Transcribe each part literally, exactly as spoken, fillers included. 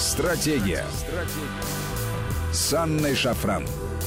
Стратегия. Стратегия. С Анной Шафран.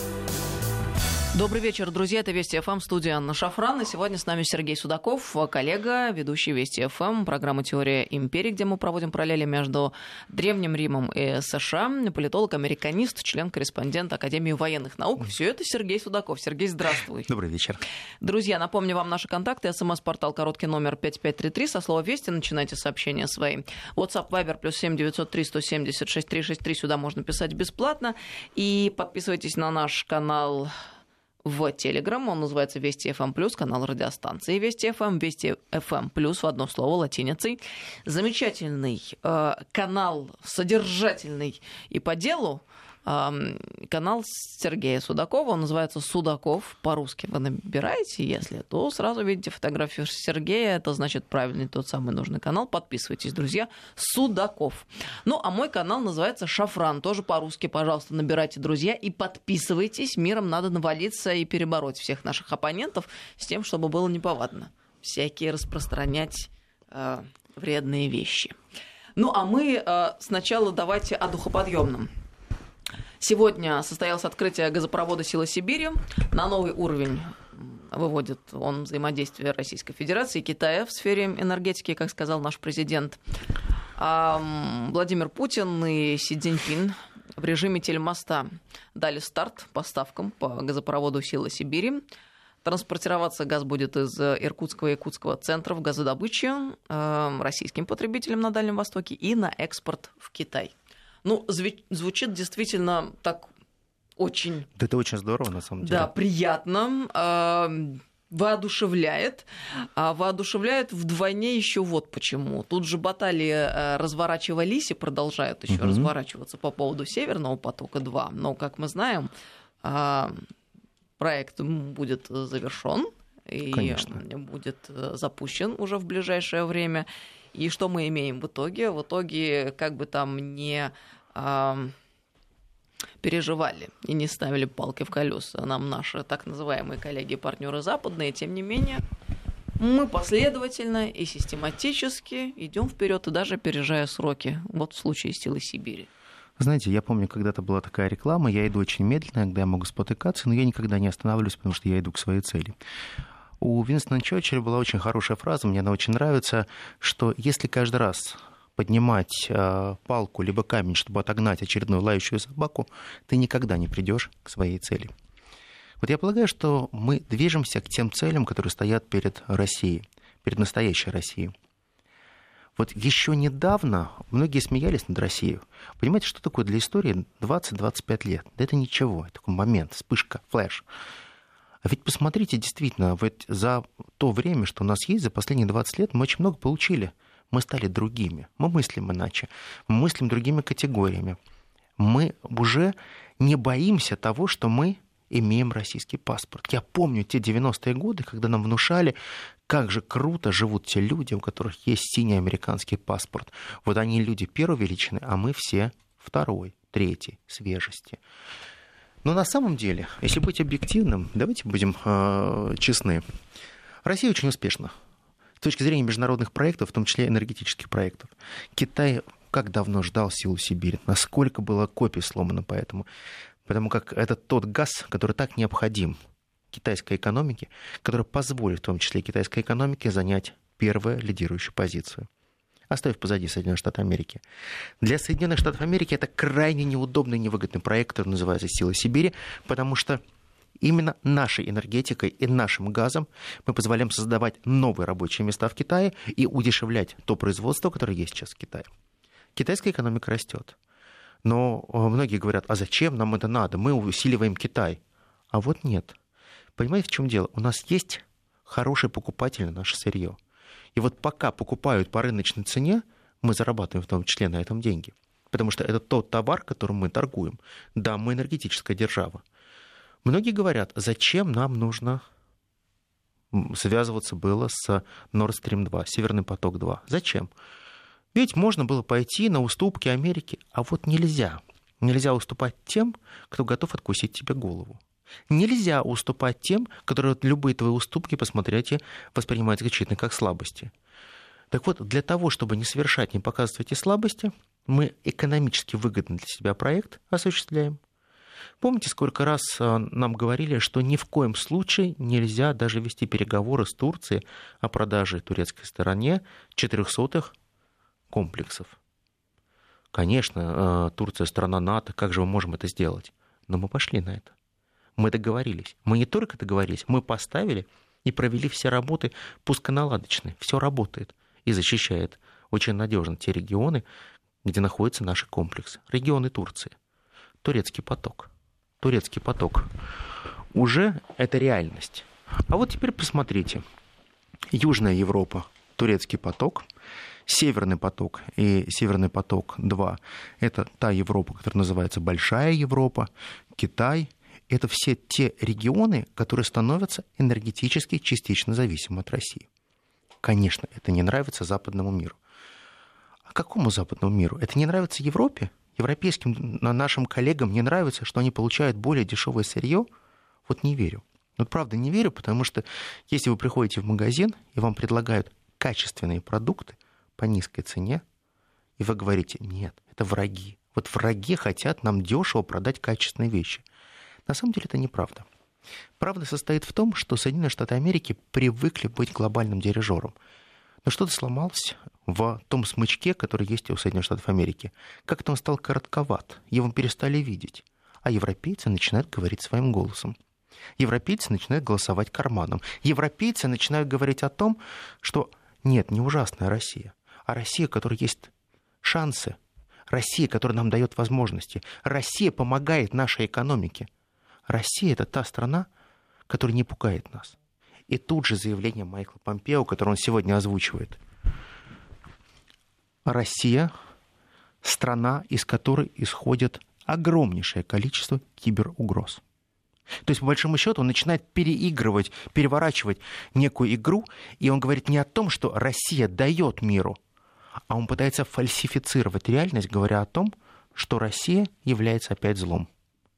Добрый вечер, друзья. Это Вести ФМ, студия Анна Шафран. И сегодня с нами Сергей Судаков, коллега, ведущий Вести ФМ, программа «Теория империи», где мы проводим параллели между Древним Римом и США, политолог, американист, член-корреспондент Академии военных наук. Все это Сергей Судаков. Сергей, здравствуй. Добрый вечер. Друзья, напомню вам наши контакты. СМС-портал короткий номер пять пять три три. Со слова «Вести» начинайте сообщения свои. WhatsApp, Viber, плюс семь девятьсот три сто семьдесят шесть триста шестьдесят три. Сюда можно писать бесплатно. И подписывайтесь на наш канал в Телеграм, он называется Вести ФМ+, канал радиостанции Вести ФМ, Вести ФМ+, в одно слово, латиницей. Замечательный э, канал, содержательный и по делу, э, канал Сергея Судакова, он называется «Судаков», по-русски вы набираете, если, то сразу видите фотографию Сергея, это значит правильный тот самый нужный канал, подписывайтесь, друзья, Судаков. Ну, а мой канал называется «Шафран», тоже по-русски, пожалуйста, набирайте, друзья, и подписывайтесь, миром надо навалиться и перебороть всех наших оппонентов с тем, чтобы было неповадно всякие распространять э, вредные вещи. Ну, а мы э, сначала давайте о духоподъемном. Сегодня состоялось открытие газопровода «Сила Сибири». На новый уровень выводит он взаимодействие Российской Федерации и Китая в сфере энергетики, как сказал наш президент. А Владимир Путин и Си Цзиньпин в режиме телемоста дали старт поставкам по газопроводу «Сила Сибири». Транспортироваться газ будет из Иркутского и Якутского центров газодобычи российским потребителям на Дальнем Востоке и на экспорт в Китай. Ну, звучит действительно так очень... Да это очень здорово, на самом деле. Да, приятно, воодушевляет. А воодушевляет вдвойне еще вот почему. Тут же баталии разворачивались и продолжают еще угу. разворачиваться по поводу Северного потока-два. Но, как мы знаем, проект будет завершен и Конечно. будет запущен уже в ближайшее время. И что мы имеем в итоге? В итоге, как бы там не э, переживали и не ставили палки в колеса нам наши так называемые коллеги-партнеры западные, тем не менее, мы последовательно и систематически идем вперед и даже опережая сроки. Вот в случае с «Силой Сибири». Знаете, я помню, когда-то была такая реклама, я иду очень медленно, иногда я могу спотыкаться, но я никогда не останавливаюсь, потому что я иду к своей цели. У Уинстона Черчилля была очень хорошая фраза, мне она очень нравится, что если каждый раз поднимать э, палку либо камень, чтобы отогнать очередную лающую собаку, ты никогда не придешь к своей цели. Вот я полагаю, что мы движемся к тем целям, которые стоят перед Россией, перед настоящей Россией. Вот еще недавно многие смеялись над Россией. Понимаете, что такое для истории двадцать-двадцать пять лет? Да это ничего, это такой момент, вспышка, флеш. А ведь посмотрите, действительно, ведь за то время, что у нас есть, за последние двадцать лет, мы очень много получили. Мы стали другими, мы мыслим иначе, мы мыслим другими категориями. Мы уже не боимся того, что мы имеем российский паспорт. Я помню те девяностые годы, когда нам внушали, как же круто живут те люди, у которых есть синий американский паспорт. Вот они люди первой величины, а мы все второй, третьей свежести. Но на самом деле, если быть объективным, давайте будем э, честны. Россия очень успешна с точки зрения международных проектов, в том числе энергетических проектов. Китай как давно ждал «Силу Сибири», насколько было копий сломано поэтому. Потому как это тот газ, который так необходим китайской экономике, который позволит в том числе китайской экономике занять первую лидирующую позицию, оставив позади Соединенные Штаты Америки. Для Соединенных Штатов Америки это крайне неудобный и невыгодный проект, который называется «Сила Сибири», потому что именно нашей энергетикой и нашим газом мы позволяем создавать новые рабочие места в Китае и удешевлять то производство, которое есть сейчас в Китае. Китайская экономика растет. Но многие говорят, а зачем нам это надо? Мы усиливаем Китай. А вот нет. Понимаете, в чем дело? У нас есть хороший покупатель на наше сырье. И вот пока покупают по рыночной цене, мы зарабатываем в том числе на этом деньги. Потому что это тот товар, которым мы торгуем. Да, мы энергетическая держава. Многие говорят, зачем нам нужно связываться было с Nord Stream два, Северный поток-два. Зачем? Ведь можно было пойти на уступки Америки, а вот нельзя. Нельзя уступать тем, кто готов откусить тебе голову. Нельзя уступать тем, которые любые твои уступки, посмотрите, воспринимают исключительно как слабости. Так вот, для того, чтобы не совершать, не показывать эти слабости, Мы экономически выгодный для себя проект осуществляем. Помните, сколько раз нам говорили, что ни в коем случае нельзя даже вести переговоры с Турцией о продаже турецкой стороне четырехсотых комплексов? Конечно, Турция страна НАТО, как же мы можем это сделать? Но мы пошли на это. Мы договорились. Мы не только договорились, мы поставили и провели все работы пусконаладочные. Все работает и защищает очень надежно те регионы, где находятся наши комплексы. Регионы Турции. Турецкий поток. Турецкий поток. Уже это реальность. А вот теперь посмотрите. Южная Европа. Турецкий поток. Северный поток и Северный поток-два – это та Европа, которая называется Большая Европа, Китай. Это все те регионы, которые становятся энергетически частично зависимы от России. Конечно, это не нравится западному миру. А какому западному миру? Это не нравится Европе? Европейским нашим коллегам не нравится, что они получают более дешевое сырье? Вот не верю. Вот правда не верю, потому что если вы приходите в магазин и вам предлагают качественные продукты по низкой цене, и вы говорите: нет, это враги. Вот враги хотят нам дешево продать качественные вещи. На самом деле это неправда. Правда состоит в том, что Соединенные Штаты Америки привыкли быть глобальным дирижером. Но что-то сломалось в том смычке, который есть у Соединенных Штатов Америки. Как-то он стал коротковат, его перестали видеть. А европейцы начинают говорить своим голосом. Европейцы начинают голосовать карманом. Европейцы начинают говорить о том, что нет, не ужасная Россия, а Россия, у которой есть шансы. Россия, которая нам дает возможности. Россия помогает нашей экономике. Россия – это та страна, которая не пугает нас. И тут же заявление Майкла Помпео, которое он сегодня озвучивает. Россия – страна, из которой исходит огромнейшее количество киберугроз. То есть, по большому счету, он начинает переигрывать, переворачивать некую игру, и он говорит не о том, что Россия дает миру, а он пытается фальсифицировать реальность, говоря о том, что Россия является опять злом.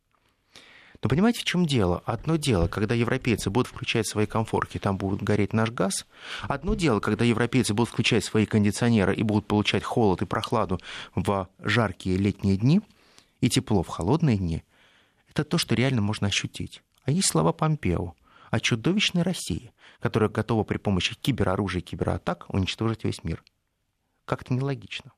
Но понимаете, в чем дело? Одно дело, когда европейцы будут включать свои комфорки, там будет гореть наш газ. Одно дело, когда европейцы будут включать свои кондиционеры и будут получать холод и прохладу в жаркие летние дни и тепло в холодные дни. Это то, что реально можно ощутить. А есть слова Помпео о чудовищной России, которая готова при помощи кибероружия и кибератак уничтожить весь мир. Как-то нелогично.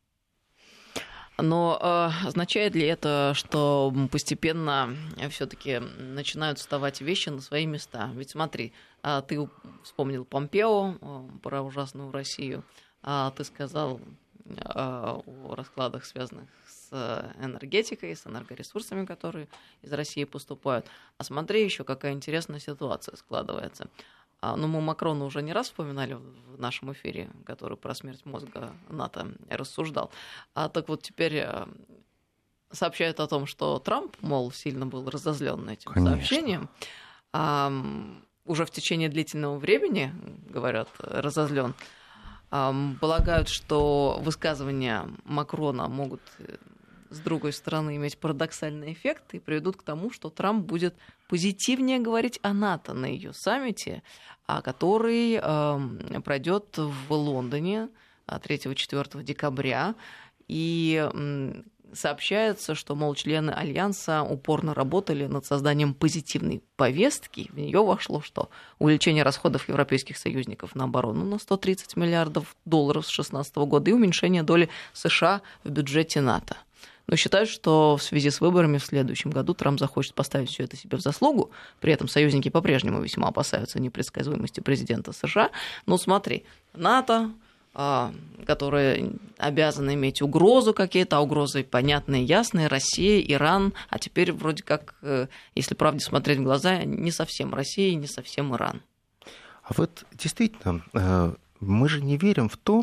Но э, означает ли это, что постепенно все-таки начинают вставать вещи на свои места? Ведь смотри, э, ты вспомнил Помпео э, про ужасную Россию, а ты сказал э, о раскладах, связанных с энергетикой, с энергоресурсами, которые из России поступают. А смотри, еще какая интересная ситуация складывается. Ну, мы Макрона уже не раз вспоминали в нашем эфире, который про смерть мозга НАТО рассуждал. А так вот теперь сообщают о том, что Трамп, мол, сильно был разозлен этим Конечно. сообщением. А, уже в течение длительного времени, говорят, разозлен. А, полагают, что высказывания Макрона могут с другой стороны иметь парадоксальный эффект и приведут к тому, что Трамп будет позитивнее говорить о НАТО на ее саммите, который э, пройдет в Лондоне третьего-четвёртого декабря. И э, сообщается, что, мол, члены Альянса упорно работали над созданием позитивной повестки. В нее вошло что? Увеличение расходов европейских союзников на оборону на сто тридцать миллиардов долларов с две тысячи шестнадцатого года и уменьшение доли США в бюджете НАТО. Но считают, что в связи с выборами в следующем году Трамп захочет поставить все это себе в заслугу. При этом союзники по-прежнему весьма опасаются непредсказуемости президента США. Но смотри, НАТО, которые обязаны иметь угрозу какие-то, а угрозы понятные, ясные, Россия, Иран, а теперь вроде как, если правде смотреть в глаза, не совсем Россия, не совсем Иран. А вот действительно, мы же не верим в то,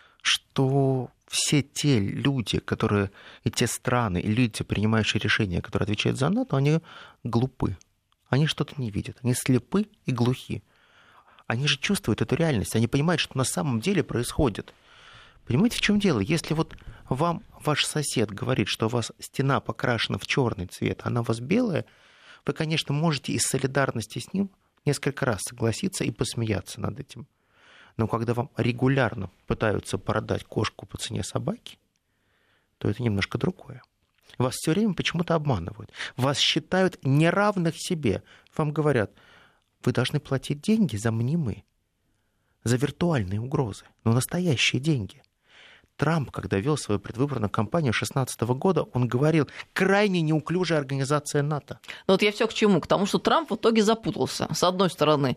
что все те люди, которые, и те страны, и люди, принимающие решения, которые отвечают за НАТО, они глупы. Они что-то не видят. Они слепы и глухи. Они же чувствуют эту реальность. Они понимают, что на самом деле происходит. Понимаете, в чем дело? Если вот вам ваш сосед говорит, что у вас стена покрашена в черный цвет, а она у вас белая, вы, конечно, можете из солидарности с ним несколько раз согласиться и посмеяться над этим. Но когда вам регулярно пытаются продать кошку по цене собаки, то это немножко другое. Вас все время почему-то обманывают. Вас считают неравных себе. Вам говорят, вы должны платить деньги за мнимые, за виртуальные угрозы, но настоящие деньги. Трамп, когда вел свою предвыборную кампанию две тысячи шестнадцатого года, он говорил, крайне неуклюжая организация НАТО. Ну вот я все к чему? К тому, что Трамп в итоге запутался. С одной стороны,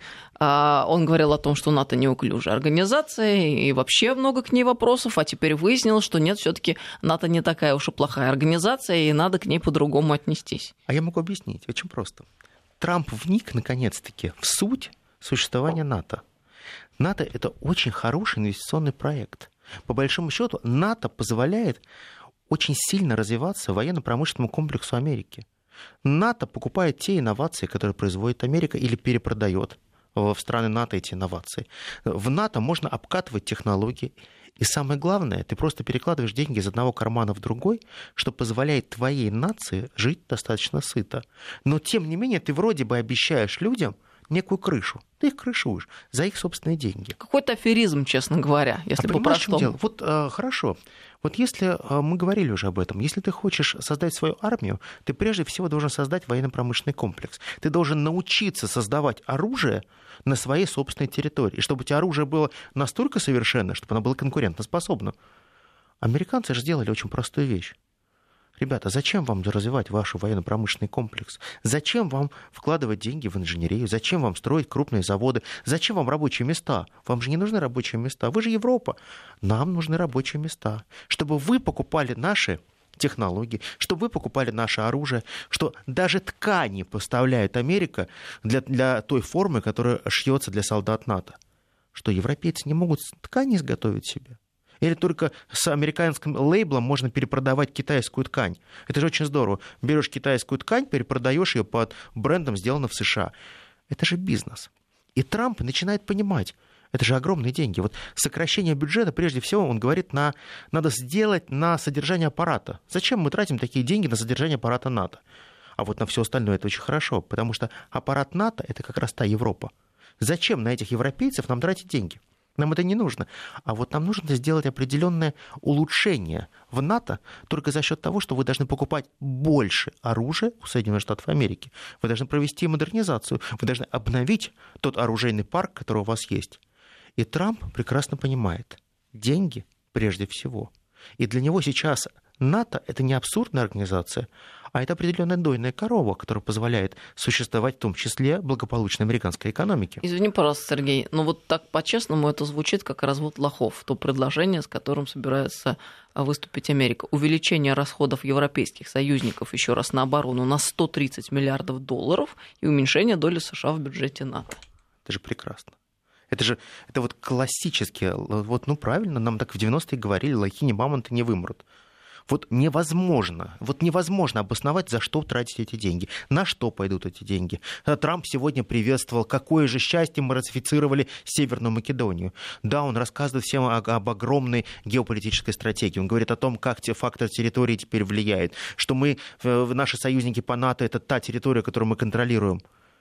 он говорил о том, что НАТО неуклюжая организация, и вообще много к ней вопросов, а теперь выяснилось, что нет, все-таки НАТО не такая уж и плохая организация, и надо к ней по-другому отнестись. А я могу объяснить, очень просто. Трамп вник, наконец-таки, в суть существования НАТО. НАТО — это очень хороший инвестиционный проект. По большому счету, НАТО позволяет очень сильно развиваться военно-промышленному комплексу Америки. НАТО покупает те инновации, которые производит Америка, или перепродает в страны НАТО эти инновации. В НАТО можно обкатывать технологии. И самое главное, ты просто перекладываешь деньги из одного кармана в другой, что позволяет твоей нации жить достаточно сыто. Но, тем не менее, ты вроде бы обещаешь людям некую крышу. Ты их крышуешь за их собственные деньги. Какой-то аферизм, честно говоря, если а по-простому. В чем дело? Вот а, хорошо. Вот если а, мы говорили уже об этом, если ты хочешь создать свою армию, ты прежде всего должен создать военно-промышленный комплекс. Ты должен научиться создавать оружие на своей собственной территории, чтобы у тебя оружие было настолько совершенно, чтобы оно было конкурентоспособным. Американцы же сделали очень простую вещь. Ребята, зачем вам развивать ваш военно-промышленный комплекс? Зачем вам вкладывать деньги в инженерию? Зачем вам строить крупные заводы? Зачем вам рабочие места? Вам же не нужны рабочие места. Вы же Европа. Нам нужны рабочие места. Чтобы вы покупали наши технологии, чтобы вы покупали наше оружие, что даже ткани поставляет Америка для, для той формы, которая шьется для солдат НАТО. Что европейцы не могут ткани изготовить себе? Или только с американским лейблом можно перепродавать китайскую ткань. Это же очень здорово. Берешь китайскую ткань, перепродаешь ее под брендом, сделано в США. Это же бизнес. И Трамп начинает понимать, это же огромные деньги. Вот сокращение бюджета, прежде всего, он говорит, на, надо сделать на содержание аппарата. Зачем мы тратим такие деньги на содержание аппарата НАТО? А вот на все остальное это очень хорошо, потому что аппарат НАТО — это как раз та Европа. Зачем на этих европейцев нам тратить деньги? Нам это не нужно. А вот нам нужно сделать определенное улучшение в НАТО только за счет того, что вы должны покупать больше оружия у Соединенных Штатов Америки. Вы должны провести модернизацию. Вы должны обновить тот оружейный парк, который у вас есть. И Трамп прекрасно понимает. Деньги прежде всего. И для него сейчас НАТО — это не абсурдная организация, а это определенная дойная корова, которая позволяет существовать в том числе благополучной американской экономике. Извини, пожалуйста, Сергей, но вот так по-честному это звучит как развод лохов, то предложение, с которым собирается выступить Америка. Увеличение расходов европейских союзников еще раз на оборону на сто тридцать миллиардов долларов и уменьшение доли США в бюджете НАТО. Это же прекрасно. Это же это вот классические, вот, ну правильно, нам так в девяностые говорили, лохи не мамонты не вымрут. Вот невозможно, вот невозможно обосновать, за что тратить эти деньги, на что пойдут эти деньги. Трамп сегодня приветствовал, какое же счастье мы ратифицировали Северную Македонию. Да, он рассказывает всем об, об огромной геополитической стратегии. Он говорит о том, как те фактор территории теперь влияет, что мы, наши союзники по НАТО, это та территория, которую мы контролируем.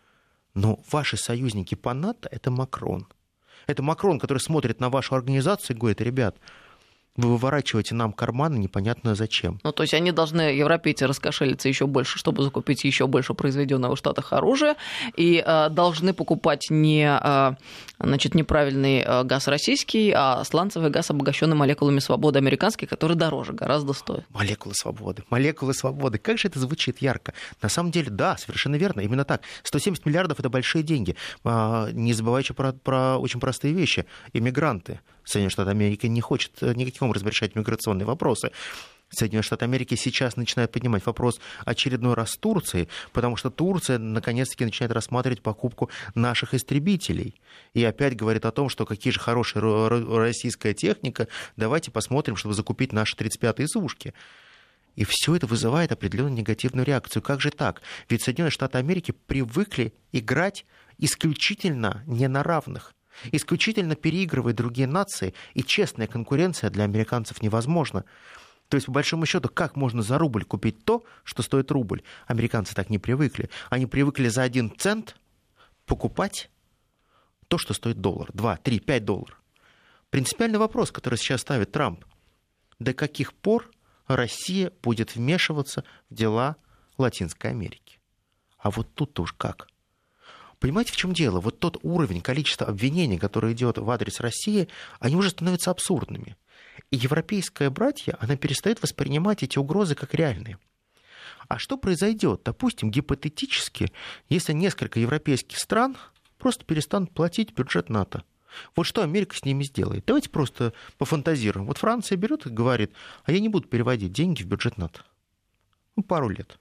Но ваши союзники по НАТО — это Макрон. Это Макрон, который смотрит на вашу организацию и говорит: ребят, вы выворачиваете нам карманы непонятно зачем. Ну, то есть они должны, европейцы, раскошелиться еще больше, чтобы закупить еще больше произведенного в Штатах оружия, и э, должны покупать не, э, значит, неправильный газ российский, а сланцевый газ, обогащенный молекулами свободы американский, который дороже гораздо стоит. Молекулы свободы, молекулы свободы. Как же это звучит ярко. На самом деле, да, совершенно верно, именно так. сто семьдесят миллиардов — это большие деньги. Не забывайте про, про очень простые вещи. Иммигранты. Соединенные Штаты Америки не хочет никаким образом решать миграционные вопросы. Соединенные Штаты Америки сейчас начинают поднимать вопрос очередной раз с Турцией, потому что Турция наконец-таки начинает рассматривать покупку наших истребителей. И опять говорит о том, что какие же хорошая российская техника, давайте посмотрим, чтобы закупить наши тридцать пятые сушки. И все это вызывает определенную негативную реакцию. Как же так? Ведь Соединенные Штаты Америки привыкли играть исключительно не на равных. Исключительно переигрывая другие нации, и честная конкуренция для американцев невозможна. То есть, по большому счету, как можно за рубль купить то, что стоит рубль? Американцы так не привыкли. Они привыкли за один цент покупать то, что стоит доллар, два, три, пять долларов. Принципиальный вопрос, который сейчас ставит Трамп: до каких пор Россия будет вмешиваться в дела Латинской Америки. А вот тут-то уж как? Понимаете, в чем дело? Вот тот уровень, количество обвинений, которое идет в адрес России, они уже становятся абсурдными. И европейская братья, она перестает воспринимать эти угрозы как реальные. А что произойдет, допустим, гипотетически, если несколько европейских стран просто перестанут платить бюджет НАТО? Вот что Америка с ними сделает? Давайте просто пофантазируем. Вот Франция берет и говорит, а я не буду переводить деньги в бюджет НАТО. Ну, пару лет.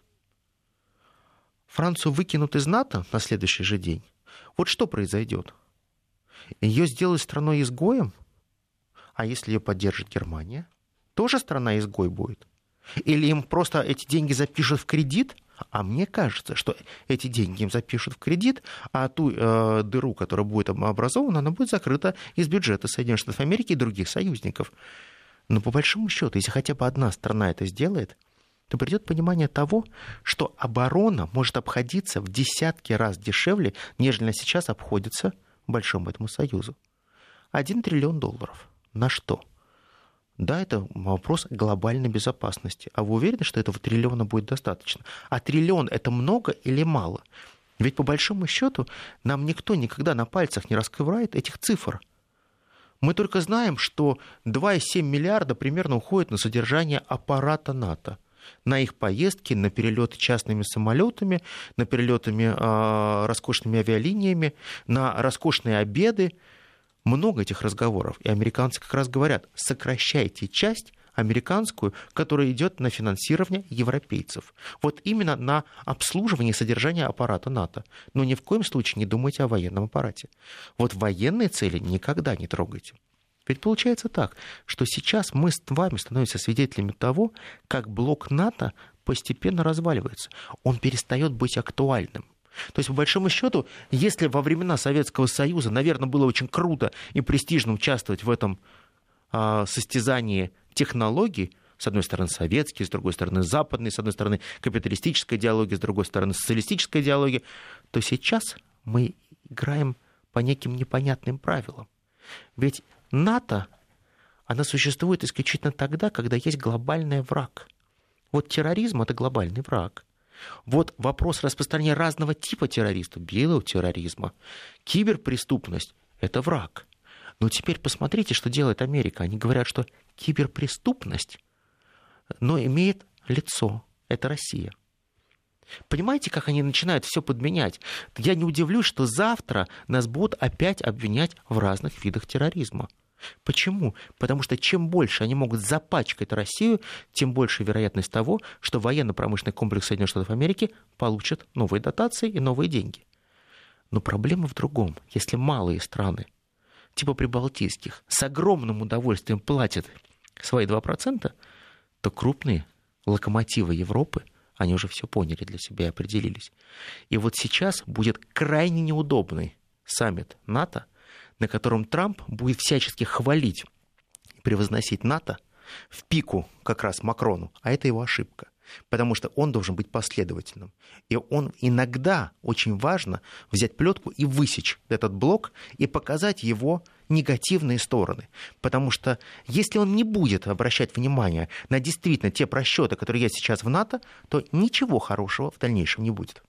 Францию выкинут из НАТО на следующий же день. Вот что произойдет? Ее сделают страной-изгоем? А если ее поддержит Германия? Тоже страна-изгой будет? Или им просто эти деньги запишут в кредит? А мне кажется, что эти деньги им запишут в кредит, а ту э, дыру, которая будет образована, она будет закрыта из бюджета Соединенных Штатов Америки и других союзников. Но по большому счету, если хотя бы одна страна это сделает, то придет понимание того, что оборона может обходиться в десятки раз дешевле, нежели сейчас обходится большому этому союзу. Один триллион долларов. На что? Да, это вопрос глобальной безопасности. А вы уверены, что этого триллиона будет достаточно? А триллион – это много или мало? Ведь по большому счету нам никто никогда на пальцах не раскрывает этих цифр. Мы только знаем, что два целых семь десятых миллиарда примерно уходит на содержание аппарата НАТО. На их поездки, на перелеты частными самолетами, на перелеты э, роскошными авиалиниями, на роскошные обеды. Много этих разговоров. И американцы как раз говорят, сокращайте часть американскую, которая идет на финансирование европейцев. Вот именно на обслуживание и содержание аппарата НАТО. Но ни в коем случае не думайте о военном аппарате. Вот военные цели никогда не трогайте. Ведь получается так, что сейчас мы с вами становимся свидетелями того, как блок НАТО постепенно разваливается. Он перестает быть актуальным. То есть, по большому счету, если во времена Советского Союза, наверное, было очень круто и престижно участвовать в этом а, состязании технологий, с одной стороны советские, с другой стороны западные, с одной стороны капиталистическая идеология, с другой стороны социалистическая идеология, то сейчас мы играем по неким непонятным правилам. Ведь НАТО, она существует исключительно тогда, когда есть глобальный враг. Вот терроризм – это глобальный враг. Вот вопрос распространения разного типа террористов, белого терроризма, киберпреступность – это враг. Но теперь посмотрите, что делает Америка. Они говорят, что киберпреступность, но имеет лицо – это Россия. Понимаете, как они начинают все подменять? Я не удивлюсь, что завтра нас будут опять обвинять в разных видах терроризма. Почему? Потому что чем больше они могут запачкать Россию, тем больше вероятность того, что военно-промышленный комплекс Соединенных Штатов Америки получит новые дотации и новые деньги. Но проблема в другом. Если малые страны, типа прибалтийских, с огромным удовольствием платят свои два процента, то крупные локомотивы Европы, они уже все поняли для себя и определились. И вот сейчас будет крайне неудобный саммит НАТО, на котором Трамп будет всячески хвалить и превозносить НАТО в пику как раз Макрону, а это его ошибка, потому что он должен быть последовательным. И он иногда, очень важно, взять плетку и высечь этот блок и показать его негативные стороны. Потому что если он не будет обращать внимание на действительно те просчеты, которые есть сейчас в НАТО, то ничего хорошего в дальнейшем не будет.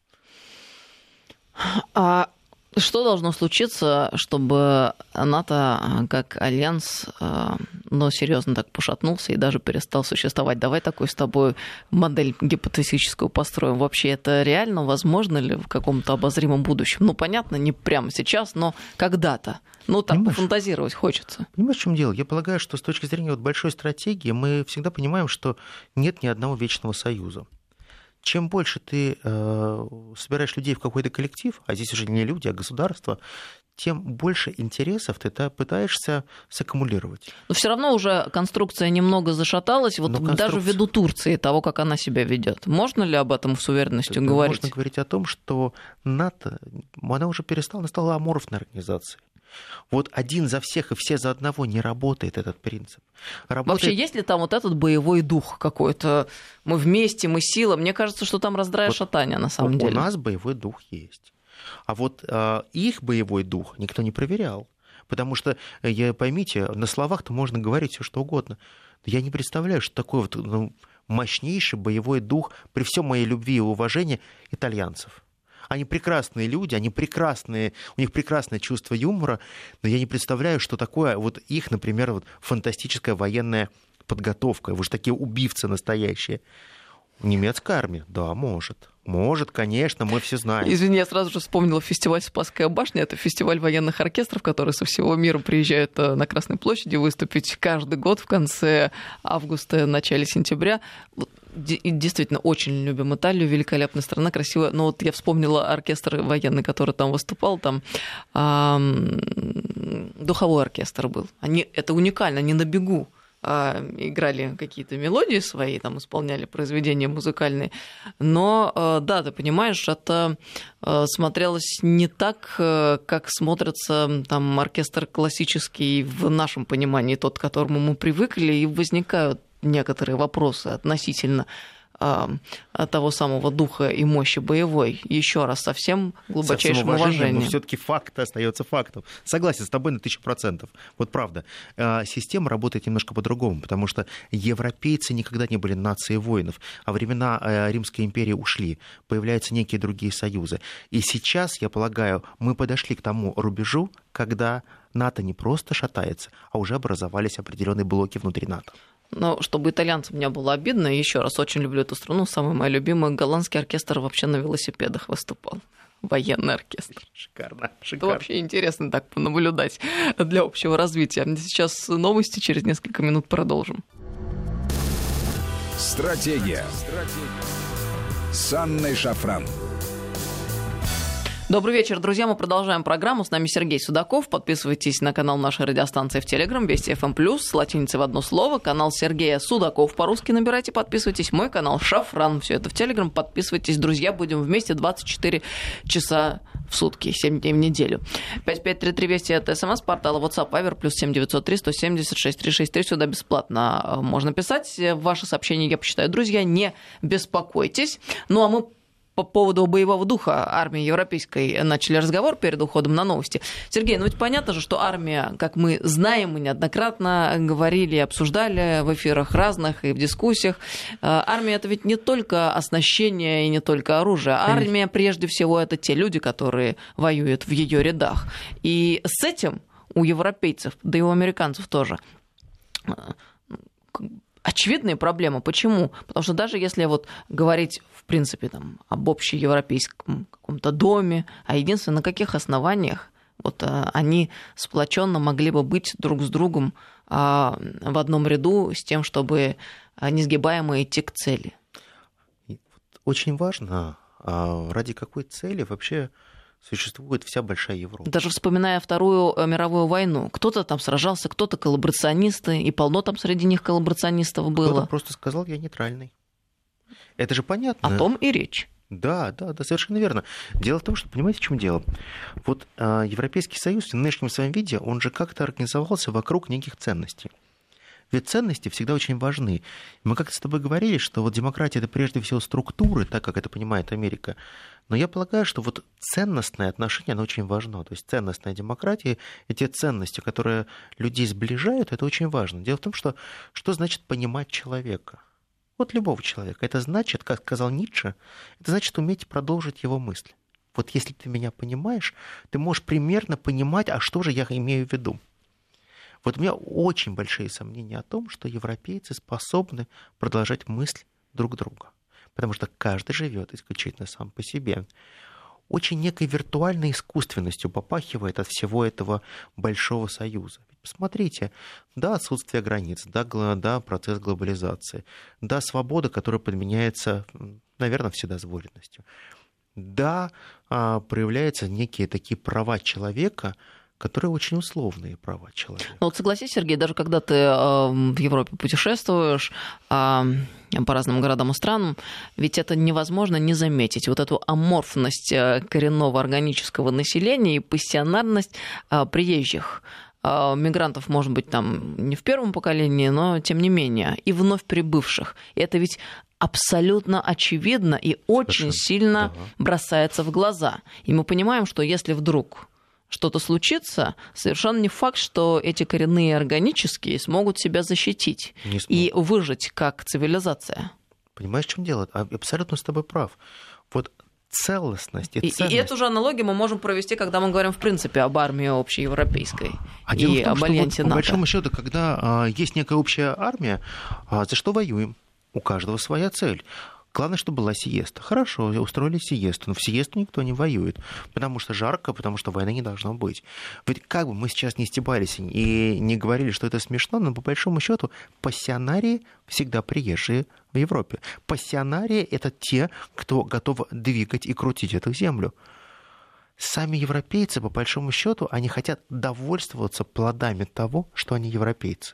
А что должно случиться, чтобы НАТО как альянс, но серьезно так пошатнулся и даже перестал существовать? Давай такую с тобой модель гипотетическую построим. Вообще это реально возможно ли в каком-то обозримом будущем? Ну, понятно, не прямо сейчас, но когда-то. Ну, так Понимаешь, пофантазировать хочется. Понимаешь, в чем дело? Я полагаю, что с точки зрения вот большой стратегии мы всегда понимаем, что нет ни одного вечного союза. Чем больше ты э, собираешь людей в какой-то коллектив, а здесь уже не люди, а государство, тем больше интересов ты пытаешься саккумулировать. Но все равно уже конструкция немного зашаталась, вот конструкция... даже ввиду Турции, того, как она себя ведет. Можно ли об этом с уверенностью Это говорить? Можно говорить о том, что НАТО, она уже перестала, она стала аморфной организацией. Вот один за всех и все за одного не работает этот принцип. Работает... Вообще, есть ли там вот этот боевой дух какой-то? Мы вместе, мы сила. Мне кажется, что там раздрая вот, шатания на самом вот деле. У нас боевой дух есть. А вот э, их боевой дух никто не проверял. Потому что, я, поймите, на словах-то можно говорить все что угодно. Я не представляю, что такое вот, ну, мощнейший боевой дух, при всем моей любви и уважении, итальянцев. Они прекрасные люди, они прекрасные, у них прекрасное чувство юмора, но я не представляю, что такое вот их, например, вот фантастическая военная подготовка. Вы же такие убивцы настоящие. Немецкая армия? Да, может. Может, конечно, мы все знаем. Извини, я сразу же вспомнила фестиваль «Спасская башня». Это фестиваль военных оркестров, которые со всего мира приезжают на Красной площади выступить каждый год в конце августа, начале сентября. Действительно, очень любим Италию, великолепная страна, красивая. Но вот я вспомнила оркестр военный, который там выступал, там эм, духовой оркестр был. Они, это уникально, они на бегу играли какие-то мелодии свои, там исполняли произведения музыкальные, но, да, ты понимаешь, это смотрелось не так, как смотрится там оркестр классический в нашем понимании, тот, к которому мы привыкли, и возникают некоторые вопросы относительно того самого духа и мощи боевой. Еще раз, со всем глубочайшим уважением. Но все-таки факт остается фактом. Согласен с тобой на тысячу процентов. Вот правда. Система работает немножко по-другому, потому что европейцы никогда не были нацией воинов, а времена Римской империи ушли. Появляются некие другие союзы. И сейчас, я полагаю, мы подошли к тому рубежу, когда НАТО не просто шатается, а уже образовались определенные блоки внутри НАТО. Но чтобы итальянцам не было обидно, еще раз, очень люблю эту страну, самый мой любимый, голландский оркестр вообще на велосипедах выступал. Военный оркестр. Шикарно, шикарно. Это вообще интересно так понаблюдать для общего развития. Сейчас новости, через несколько минут продолжим. Стратегия. Стратегия. С Анной Шафран. Добрый вечер, друзья. Мы продолжаем программу. С нами Сергей Судаков. Подписывайтесь на канал нашей радиостанции в Телеграм, Вести эф эм плюс, с латиницей в одно слово. Канал Сергея Судаков по-русски набирайте, подписывайтесь. Мой канал Шафран. Все это в Телеграм. Подписывайтесь, друзья. Будем вместе двадцать четыре часа в сутки, семь дней в неделю. пять пять три три Вести это смс, портала WhatsApp, Viber, плюс семь девятьсот три сто семьдесят шесть триста шестьдесят три. Сюда бесплатно можно писать. Ваши сообщения я почитаю. Друзья, не беспокойтесь. Ну, а мы по поводу боевого духа армии европейской начали разговор перед уходом на новости. Сергей, ну ведь понятно же, что армия, как мы знаем, мы неоднократно говорили и обсуждали в эфирах разных и в дискуссиях, армия — это ведь не только оснащение и не только оружие. Армия, прежде всего, это те люди, которые воюют в ее рядах. И с этим у европейцев, да и у американцев тоже, очевидные проблемы. Почему? Потому что даже если вот говорить, в принципе, там, об общеевропейском каком-то доме, а единственное, на каких основаниях вот они сплоченно могли бы быть друг с другом а, в одном ряду с тем, чтобы несгибаемо идти к цели? Очень важно, ради какой цели вообще существует вся большая Европа. Даже вспоминая Вторую мировую войну, кто-то там сражался, кто-то коллаборационисты, и полно там среди них коллаборационистов было. Кто-то просто сказал: я нейтральный. Это же понятно. О том и речь. Да, да, да, совершенно верно. Дело в том, что, понимаете, в чем дело? Вот э, Европейский Союз в нынешнем своем виде, он же как-то организовался вокруг неких ценностей. Ведь ценности всегда очень важны. Мы как-то с тобой говорили, что вот демократия — это прежде всего структуры, так как это понимает Америка. Но я полагаю, что вот ценностное отношение, оно очень важно. То есть ценностная демократия и те ценности, которые людей сближают, это очень важно. Дело в том, что что значит понимать человека? Вот любого человека. Это значит, как сказал Ницше, это значит уметь продолжить его мысль. Вот если ты меня понимаешь, ты можешь примерно понимать, а что же я имею в виду. Вот у меня очень большие сомнения о том, что европейцы способны продолжать мысль друг друга. Потому что каждый живет исключительно сам по себе. Очень некой виртуальной искусственностью попахивает от всего этого большого союза. Ведь посмотрите, да, отсутствие границ, да, да, процесс глобализации, да, свобода, которая подменяется, наверное, вседозволенностью. Да, проявляются некие такие права человека, которые очень условные права человека. Ну вот согласись, Сергей, даже когда ты в Европе путешествуешь по разным городам и странам, ведь это невозможно не заметить. Вот эту аморфность коренного органического населения и пассионарность приезжих. Мигрантов, может быть, там не в первом поколении, но тем не менее, и вновь прибывших. И это ведь абсолютно очевидно и очень Совершенно. сильно да. бросается в глаза. И мы понимаем, что если вдруг что-то случится, совершенно не факт, что эти коренные органические смогут себя защитить и выжить как цивилизация. Понимаешь, в чем дело? Абсолютно с тобой прав. Вот целостность и, и ценность. И эту же аналогию мы можем провести, когда мы говорим, в принципе, об армии общеевропейской а и том, об альянсе вот, НАТО. По большому счету, когда а, есть некая общая армия, а, за что воюем? У каждого своя цель. Главное, чтобы была сиеста. Хорошо, устроили сиесту, но в сиесту никто не воюет, потому что жарко, потому что войны не должно быть. Ведь как бы мы сейчас не стебались и не говорили, что это смешно, но по большому счету пассионарии всегда приезжие в Европе. Пассионарии — это те, кто готов двигать и крутить эту землю. Сами европейцы, по большому счету, они хотят довольствоваться плодами того, что они европейцы.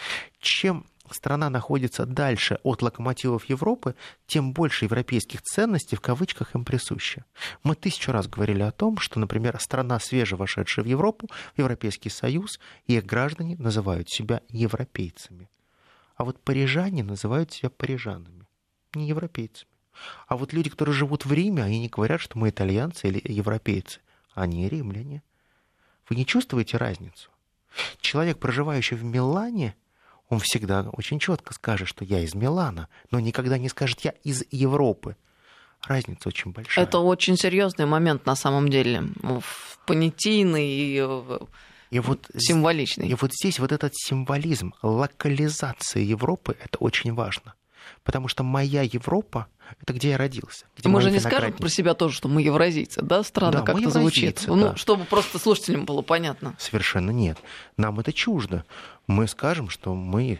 Чем страна находится дальше от локомотивов Европы, тем больше европейских ценностей в кавычках им присуще. Мы тысячу раз говорили о том, что, например, страна, свежевошедшая в Европу, в Европейский Союз, и их граждане называют себя европейцами. А вот парижане называют себя парижанами, не европейцами. А вот люди, которые живут в Риме, они не говорят, что мы итальянцы или европейцы. Они римляне. Вы не чувствуете разницу? Человек, проживающий в Милане, он всегда очень четко скажет, что я из Милана, но никогда не скажет «я из Европы». Разница очень большая. Это очень серьезный момент на самом деле, понятийный и, и вот, символичный. И вот здесь вот этот символизм, локализация Европы, это очень важно. Потому что моя Европа — это где я родился. Где мы же не скажем про себя тоже, что мы евразийцы, да? Странно да, как-то звучит. Да. Ну, чтобы просто слушателям было понятно. Совершенно нет. Нам это чуждо. Мы скажем, что мы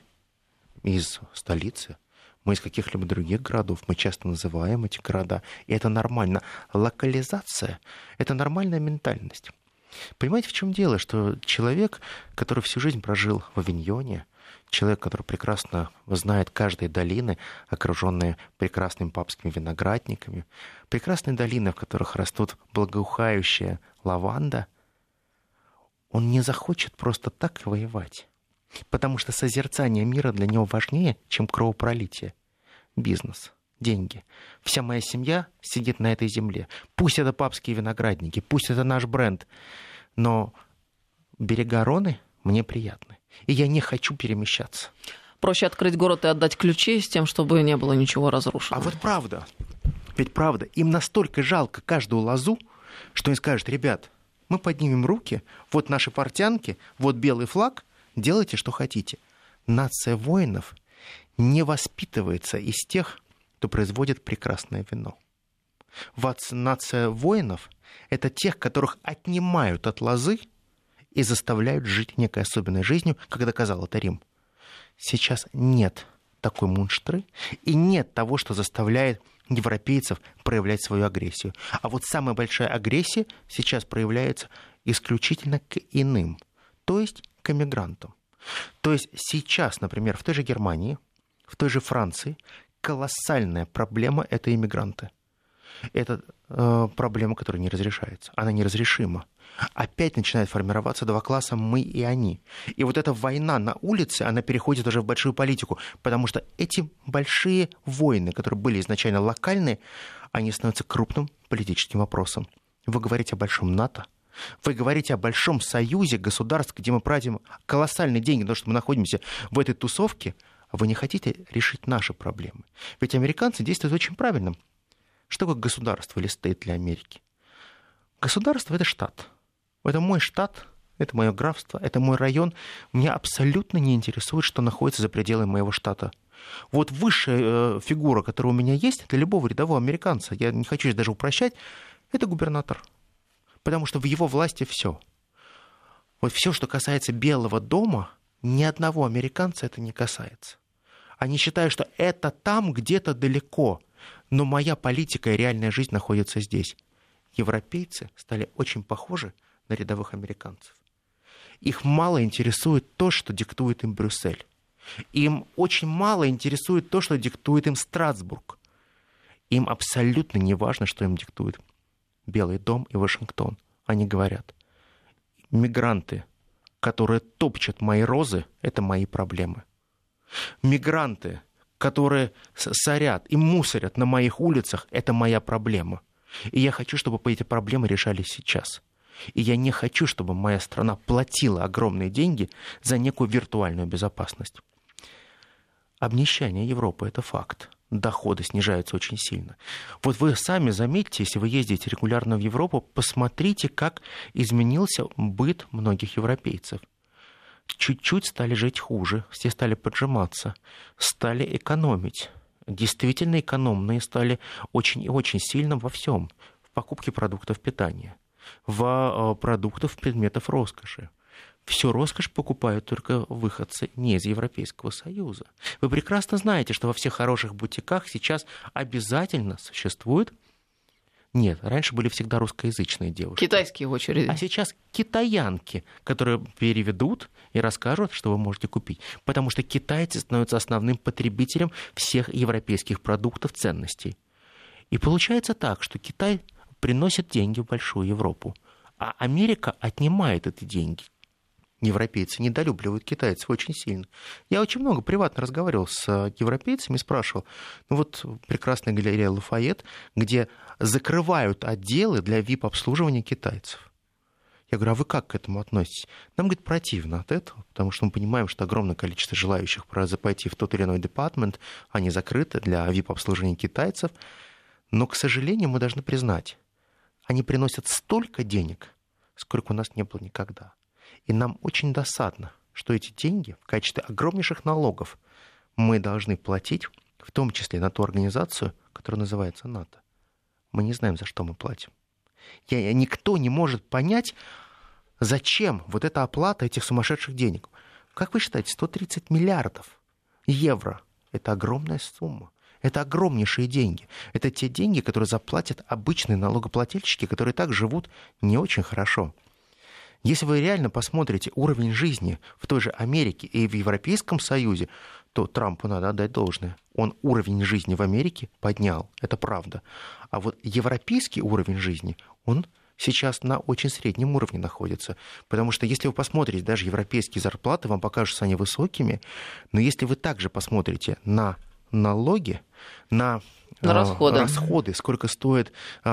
из столицы, мы из каких-либо других городов. Мы часто называем эти города. И это нормально. Локализация — это нормальная ментальность. Понимаете, в чем дело? Что человек, который всю жизнь прожил в Авиньоне, человек, который прекрасно знает каждые долины, окруженные прекрасными папскими виноградниками, прекрасные долины, в которых растут благоухающая лаванда, он не захочет просто так воевать, потому что созерцание мира для него важнее, чем кровопролитие. Бизнес, деньги. Вся моя семья сидит на этой земле. Пусть это папские виноградники, пусть это наш бренд, но берега Роны мне приятны. И я не хочу перемещаться. Проще открыть город и отдать ключи с тем, чтобы не было ничего разрушено. А вот правда. Ведь правда. Им настолько жалко каждую лозу, что они скажут: ребят, мы поднимем руки, вот наши портянки, вот белый флаг, делайте, что хотите. Нация воинов не воспитывается из тех, кто производит прекрасное вино. Нация воинов — это тех, которых отнимают от лозы и заставляют жить некой особенной жизнью, как доказал это Рим. Сейчас нет такой мунштры и нет того, что заставляет европейцев проявлять свою агрессию. А вот самая большая агрессия сейчас проявляется исключительно к иным, то есть к эмигрантам. То есть сейчас, например, в той же Германии, в той же Франции колоссальная проблема — это иммигранты. Это э, проблема, которая не разрешается. Она неразрешима. Опять начинает формироваться два класса «мы» и «они». И вот эта война на улице, она переходит уже в большую политику, потому что эти большие войны, которые были изначально локальные, они становятся крупным политическим вопросом. Вы говорите о большом НАТО, вы говорите о большом союзе государств, где мы тратим колоссальные деньги, потому что мы находимся в этой тусовке, а вы не хотите решить наши проблемы. Ведь американцы действуют очень правильно. Что такое государство или стейт для Америки? Государство — это штат. Это мой штат, это мое графство, это мой район. Меня абсолютно не интересует, что находится за пределами моего штата. Вот высшая э, фигура, которая у меня есть, это любого рядового американца, я не хочу даже упрощать, это губернатор. Потому что в его власти все. Вот все, что касается Белого дома, ни одного американца это не касается. Они считают, что это там где-то далеко, но моя политика и реальная жизнь находятся здесь. Европейцы стали очень похожи на рядовых американцев. Их мало интересует то, что диктует им Брюссель. Им очень мало интересует то, что диктует им Страсбург. Им абсолютно не важно, что им диктует Белый дом и Вашингтон. Они говорят: мигранты, которые топчут мои розы, это мои проблемы. Мигранты, которые сорят и мусорят на моих улицах, это моя проблема. И я хочу, чтобы эти проблемы решались сейчас. И я не хочу, чтобы моя страна платила огромные деньги за некую виртуальную безопасность. Обнищание Европы — это факт. доходы снижаются очень сильно. Вот вы сами заметите, если вы ездите регулярно в Европу, посмотрите, как изменился быт многих европейцев. Чуть-чуть стали жить хуже, все стали поджиматься, стали экономить. Действительно экономные стали очень и очень сильно во всем. В покупке продуктов питания, в продуктах, предметов роскоши. Всю роскошь покупают только выходцы не из Европейского Союза. Вы прекрасно знаете, что во всех хороших бутиках сейчас обязательно существует... Нет, раньше были всегда русскоязычные девушки. Китайские очереди. А сейчас китаянки, которые переведут и расскажут, что вы можете купить. Потому что китайцы становятся основным потребителем всех европейских продуктов, ценностей. И получается так, что Китай приносит деньги в большую Европу, а Америка отнимает эти деньги. Европейцы недолюбливают китайцев очень сильно. Я очень много приватно разговаривал с европейцами и спрашивал, ну вот прекрасная галерея Лафайет, где закрывают отделы для ви ай пи-обслуживания китайцев. Я говорю, а вы как к этому относитесь? Нам, говорит, противно от этого, потому что мы понимаем, что огромное количество желающих пойти в тот или иной департамент, они закрыты для ви ай пи-обслуживания китайцев. Но, к сожалению, мы должны признать, они приносят столько денег, сколько у нас не было никогда. И нам очень досадно, что эти деньги в качестве огромнейших налогов мы должны платить, в том числе на ту организацию, которая называется НАТО. Мы не знаем, за что мы платим. И никто не может понять, зачем вот эта оплата этих сумасшедших денег. Как вы считаете, сто тридцать миллиардов евро – это огромная сумма. Это огромнейшие деньги. Это те деньги, которые заплатят обычные налогоплательщики, которые так живут не очень хорошо. Если вы реально посмотрите уровень жизни в той же Америке и в Европейском Союзе, то Трампу надо отдать должное. Он уровень жизни в Америке поднял, это правда. А вот европейский уровень жизни, он сейчас на очень среднем уровне находится. Потому что если вы посмотрите даже европейские зарплаты, вам покажутся они высокими, но если вы также посмотрите на налоги, на, на расходы. расходы, сколько стоит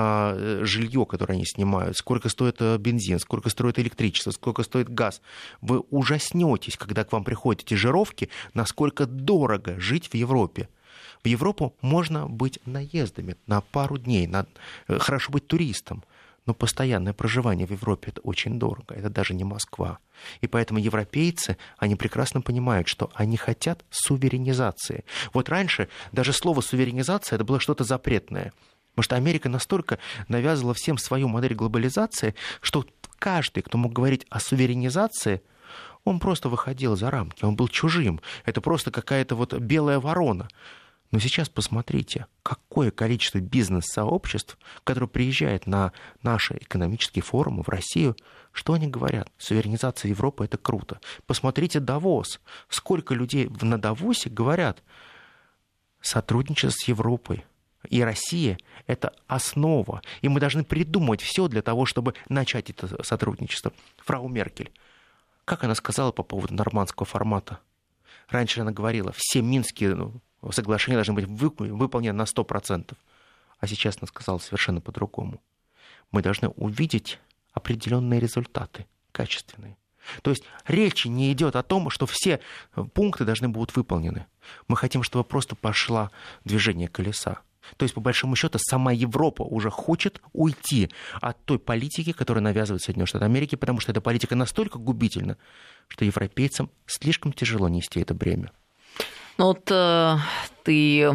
а, жилье, которое они снимают, сколько стоит бензин, сколько стоит электричество, сколько стоит газ, вы ужаснетесь, когда к вам приходят эти жировки, насколько дорого жить в Европе. В Европу можно быть наездами на пару дней, на... хорошо быть туристом. Но постоянное проживание в Европе – это очень дорого, это даже не Москва. И поэтому европейцы, они прекрасно понимают, что они хотят суверенизации. Вот раньше даже слово «суверенизация» – это было что-то запретное. Потому что Америка настолько навязывала всем свою модель глобализации, что каждый, кто мог говорить о суверенизации, он просто выходил за рамки, он был чужим. Это просто какая-то вот белая ворона. Но сейчас посмотрите, какое количество бизнес-сообществ, которые приезжают на наши экономические форумы в Россию, что они говорят? Суверенизация Европы – это круто. Посмотрите Давос. Сколько людей на Давосе говорят, сотрудничество с Европой и Россия – это основа. И мы должны придумать все для того, чтобы начать это сотрудничество. Фрау Меркель, как она сказала по поводу нормандского формата? Раньше она говорила, все минские... Ну, соглашения должны быть выполнены на сто процентов. А сейчас она сказала совершенно по-другому. Мы должны увидеть определенные результаты, качественные. То есть речи не идет о том, что все пункты должны будут выполнены. Мы хотим, чтобы просто пошло движение колеса. То есть, по большому счету, сама Европа уже хочет уйти от той политики, которую навязывают Соединенные Штаты Америки, потому что эта политика настолько губительна, что европейцам слишком тяжело нести это бремя. Ну вот э, ты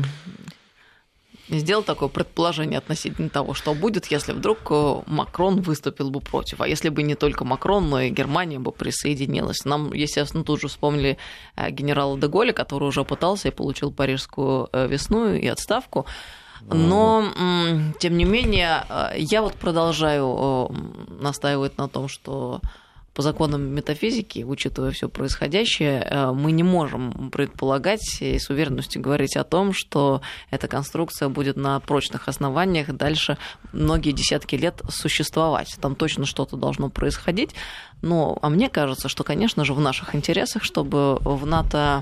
сделал такое предположение относительно того, что будет, если вдруг Макрон выступил бы против. А если бы не только Макрон, но и Германия бы присоединилась. Нам, естественно, тут же вспомнили генерала де Голля, который уже пытался и получил Парижскую весну и отставку. Но, тем не менее, я вот продолжаю настаивать на том, что по законам метафизики, учитывая все происходящее, мы не можем предполагать и с уверенностью говорить о том, что эта конструкция будет на прочных основаниях дальше многие десятки лет существовать. Там точно что-то должно происходить. Но, а мне кажется, что, конечно же, в наших интересах, чтобы в НАТО...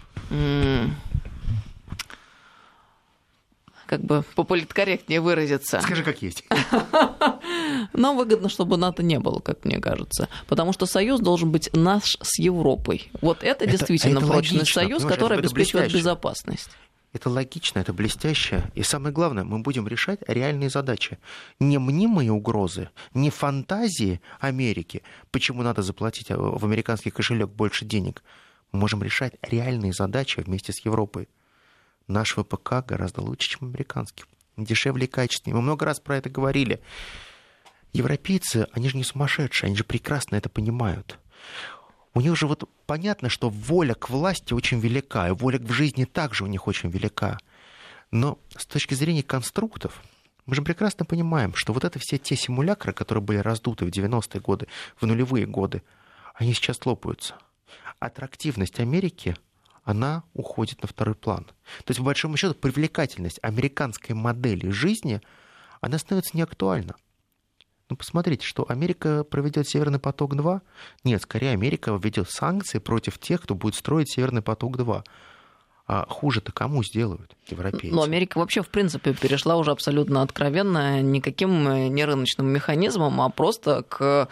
как бы пополиткорректнее выразиться. Скажи, как есть. Нам выгодно, чтобы НАТО не было, как мне кажется. Потому что союз должен быть наш с Европой. Вот это, это действительно это прочный логично, союз, который обеспечивает безопасность. Это логично, это блестяще. И самое главное, мы будем решать реальные задачи. Не мнимые угрозы, не фантазии Америки, почему надо заплатить в американский кошелек больше денег. Мы можем решать реальные задачи вместе с Европой. Наш ВПК гораздо лучше, чем американский. Дешевле и качественнее. Мы много раз про это говорили. Европейцы, они же не сумасшедшие, они же прекрасно это понимают. У них же вот понятно, что воля к власти очень велика, и воля к жизни также у них очень велика. Но с точки зрения конструктов, мы же прекрасно понимаем, что вот это все те симулякры, которые были раздуты в девяностые годы, в нулевые годы, они сейчас лопаются. Аттрактивность Америки, она уходит на второй план. То есть, по большому счету, привлекательность американской модели жизни, она становится неактуальна. Ну, посмотрите, что Америка проведет Северный поток-два? Нет, скорее Америка введет санкции против тех, кто будет строить Северный поток-два. А хуже-то кому сделают европейцы? Но Америка вообще, в принципе, перешла уже абсолютно откровенно никаким не рыночным механизмом, а просто к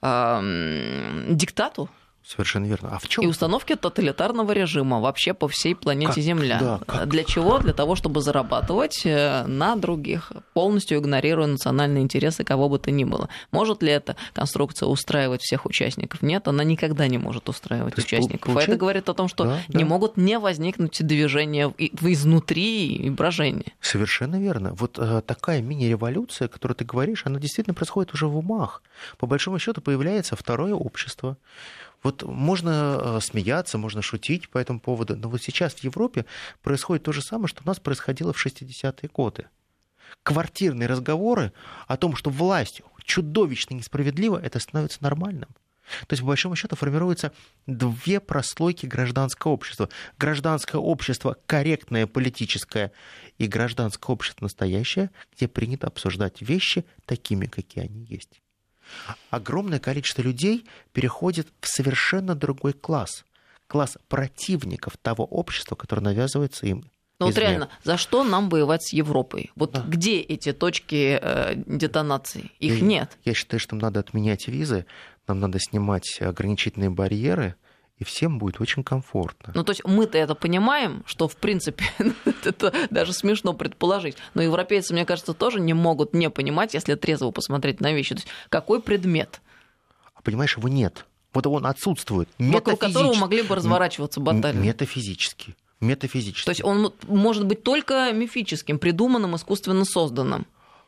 э, диктату. Совершенно верно. А в чем? И установки тоталитарного режима вообще по всей планете как? Земля. Да, как? Для чего? Для того, чтобы зарабатывать на других, полностью игнорируя национальные интересы кого бы то ни было. Может ли эта конструкция устраивать всех участников? Нет, она никогда не может устраивать участников. Получается... А это говорит о том, что да, не да. могут не возникнуть движения изнутри и брожения. Совершенно верно. Вот э, такая мини-революция, о которой ты говоришь, она действительно происходит уже в умах. По большому счету появляется второе общество. Вот можно смеяться, можно шутить по этому поводу, но вот сейчас в Европе происходит то же самое, что у нас происходило в шестидесятые годы. Квартирные разговоры о том, что власть чудовищно несправедлива, это становится нормальным. То есть, по большому счету, формируются две прослойки гражданского общества. Гражданское общество корректное, политическое, и гражданское общество настоящее, где принято обсуждать вещи такими, какие они есть. Огромное количество людей переходит в совершенно другой класс. Класс противников того общества, которое навязывается им. Ну вот реально, за что нам воевать с Европой? Вот да. Где эти точки э, детонации? Их я, нет. Я считаю, что нам надо отменять визы, нам надо снимать ограничительные барьеры, и всем будет очень комфортно. Ну, то есть мы-то это понимаем, что, в принципе, это даже смешно предположить. Но европейцы, мне кажется, тоже не могут не понимать, если трезво посмотреть на вещи. То есть какой предмет? А понимаешь, его нет. Вот он отсутствует. Вокруг которого могли бы разворачиваться баталии. Метафизически. Метафизически. То есть он может быть только мифическим, придуманным, искусственно созданным.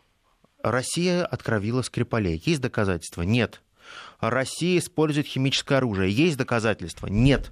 Россия откровила Скрипалей. Есть доказательства? Нет. Россия использует химическое оружие. Есть доказательства? Нет.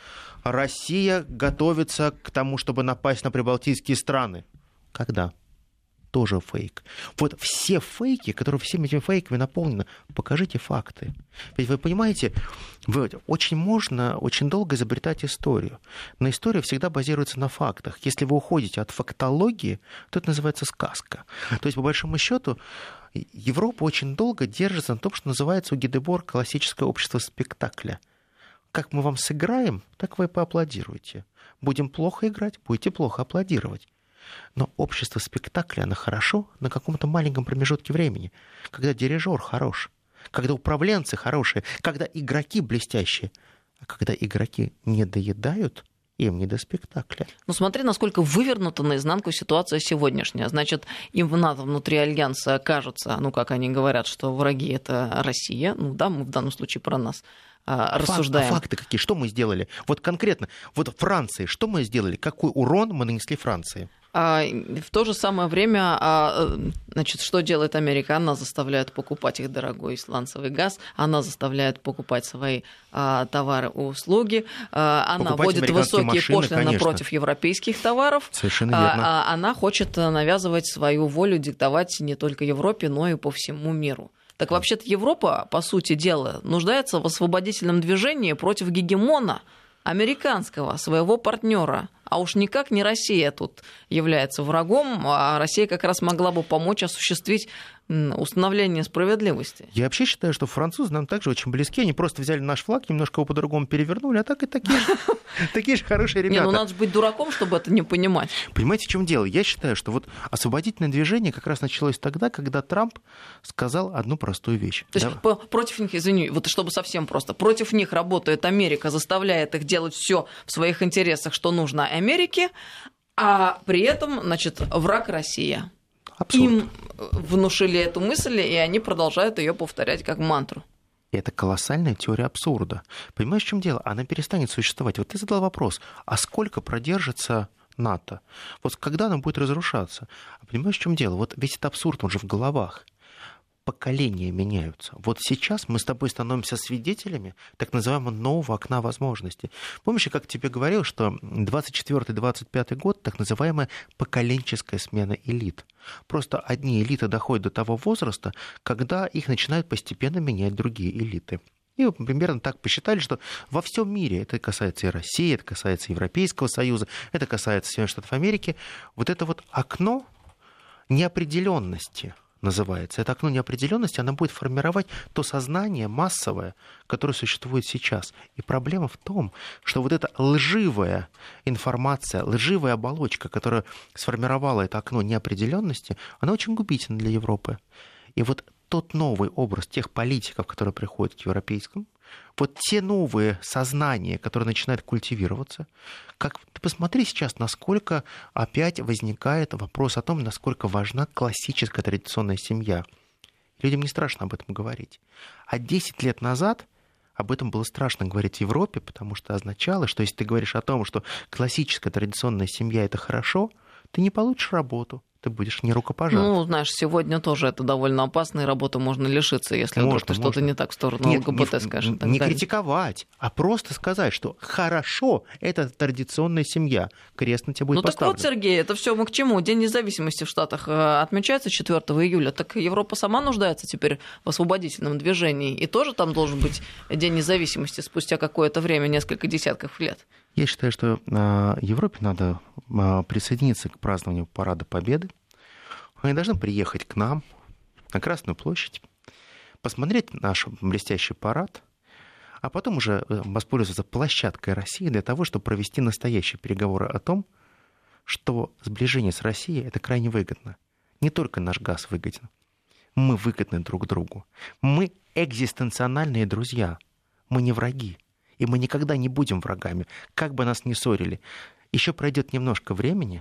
Россия готовится к тому, чтобы напасть на прибалтийские страны. Когда? Тоже фейк. Вот все фейки, которые всеми этими фейками наполнены, покажите факты. Ведь вы понимаете, вы, очень можно очень долго изобретать историю, но история всегда базируется на фактах. Если вы уходите от фактологии, то это называется сказка. То есть, по большому счету, Европа очень долго держится на том, что называется у Гедебор классическое общество спектакля. Как мы вам сыграем, так вы и поаплодируете. Будем плохо играть, будете плохо аплодировать. Но общество спектакля, оно хорошо на каком-то маленьком промежутке времени, когда дирижер хорош, когда управленцы хорошие, когда игроки блестящие, а когда игроки не доедают, им не до спектакля. Ну смотри, насколько вывернута наизнанку ситуация сегодняшняя. Значит, им в НАТО внутри Альянса кажется, ну как они говорят, что враги — это Россия. Ну да, мы в данном случае про нас а, рассуждаем. Факт, а факты какие? Что мы сделали? Вот конкретно, вот в Франции, что мы сделали? Какой урон мы нанесли Франции? В то же самое время, значит, что делает Америка? Она заставляет покупать их дорогой сланцевый газ, она заставляет покупать свои товары и услуги, она покупать вводит высокие машины, пошлины конечно. Против европейских товаров. Совершенно верно. Она хочет навязывать свою волю, диктовать не только Европе, но и по всему миру. Так вообще-то Европа, по сути дела, нуждается в освободительном движении против гегемона американского, своего партнера. А уж никак не Россия тут является врагом, а Россия как раз могла бы помочь осуществить установление справедливости. Я вообще считаю, что французы нам также очень близки. Они просто взяли наш флаг, немножко его по-другому перевернули, а так и такие же, такие же хорошие ребята. Не, ну надо же быть дураком, чтобы это не понимать. Понимаете, в чем дело? Я считаю, что вот освободительное движение как раз началось тогда, когда Трамп сказал одну простую вещь. То есть да? Против них, извини, вот чтобы совсем просто, против них работает Америка, заставляет их делать все в своих интересах, что нужно Америке, А при этом, значит, враг Россия. Абсурд. Им внушили эту мысль, и они продолжают ее повторять как мантру. Это колоссальная теория абсурда. Понимаешь, в чем дело? Она перестанет существовать. Вот ты задал вопрос, а сколько продержится НАТО? Вот когда она будет разрушаться? А понимаешь, в чем дело? Вот весь этот абсурд, он же в головах. Поколения меняются. Вот сейчас мы с тобой становимся свидетелями так называемого нового окна возможностей. Помнишь, я как тебе говорил, что двадцать четвёртый - двадцать пятый год так называемая поколенческая смена элит. Просто одни элиты доходят до того возраста, когда их начинают постепенно менять другие элиты. И примерно так посчитали, что во всем мире, это касается и России, это касается Европейского Союза, это касается Соединенных Штатов Америки, вот это вот окно неопределенности называется. Это окно неопределенности, оно будет формировать то сознание массовое, которое существует сейчас. И проблема в том, что вот эта лживая информация, лживая оболочка, которая сформировала это окно неопределенности, она очень губительна для Европы. И вот тот новый образ тех политиков, которые приходят к европейскому, вот те новые сознания, которые начинают культивироваться, как ты посмотри сейчас, насколько опять возникает вопрос о том, насколько важна классическая традиционная семья. Людям не страшно об этом говорить. А десять лет назад об этом было страшно говорить в Европе, потому что означало, что если ты говоришь о том, что классическая традиционная семья — это хорошо, ты не получишь работу. Ты будешь не рукопожат. Ну, знаешь, сегодня тоже это довольно опасно, и работы можно лишиться, если можно, вдруг ты что-то не так в сторону Нет, ЛГБТ не, скажешь. Не критиковать, а просто сказать, что хорошо, это традиционная семья. Крест на тебя будет ну, поставлен. Так вот, Сергей, это все мы к чему? День независимости в Штатах отмечается четвёртого июля. Так Европа сама нуждается теперь в освободительном движении. И тоже там должен быть День независимости спустя какое-то время, несколько десятков лет. Я считаю, что Европе надо присоединиться к празднованию Парада Победы. Они должны приехать к нам на Красную площадь, посмотреть наш блестящий парад, а потом уже воспользоваться площадкой России для того, чтобы провести настоящие переговоры о том, что сближение с Россией — это крайне выгодно. Не только наш газ выгоден. Мы выгодны друг другу. Мы экзистенциональные друзья. Мы не враги. И мы никогда не будем врагами, как бы нас ни ссорили. Еще пройдет немножко времени,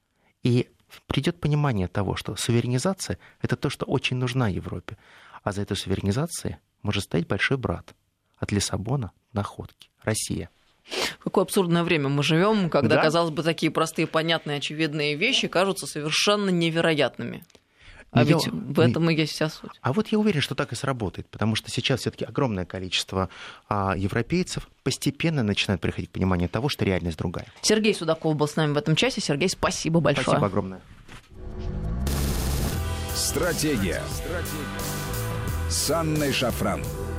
и придет понимание того, что суверенизация — это то, что очень нужна Европе. А за этой суверенизацией может стоять большой брат. От Лиссабона до Находки. Россия. Какое абсурдное время мы живем, когда, да? казалось бы, такие простые, понятные, очевидные вещи кажутся совершенно невероятными. А Я... ведь в этом и есть вся суть. А вот я уверен, что так и сработает, потому что сейчас все-таки огромное количество а, европейцев постепенно начинают приходить к пониманию того, что реальность другая. Сергей Судаков был с нами в этом часе. Сергей, спасибо большое. Спасибо огромное. Стратегия. Стратегия. С Анной Шафран.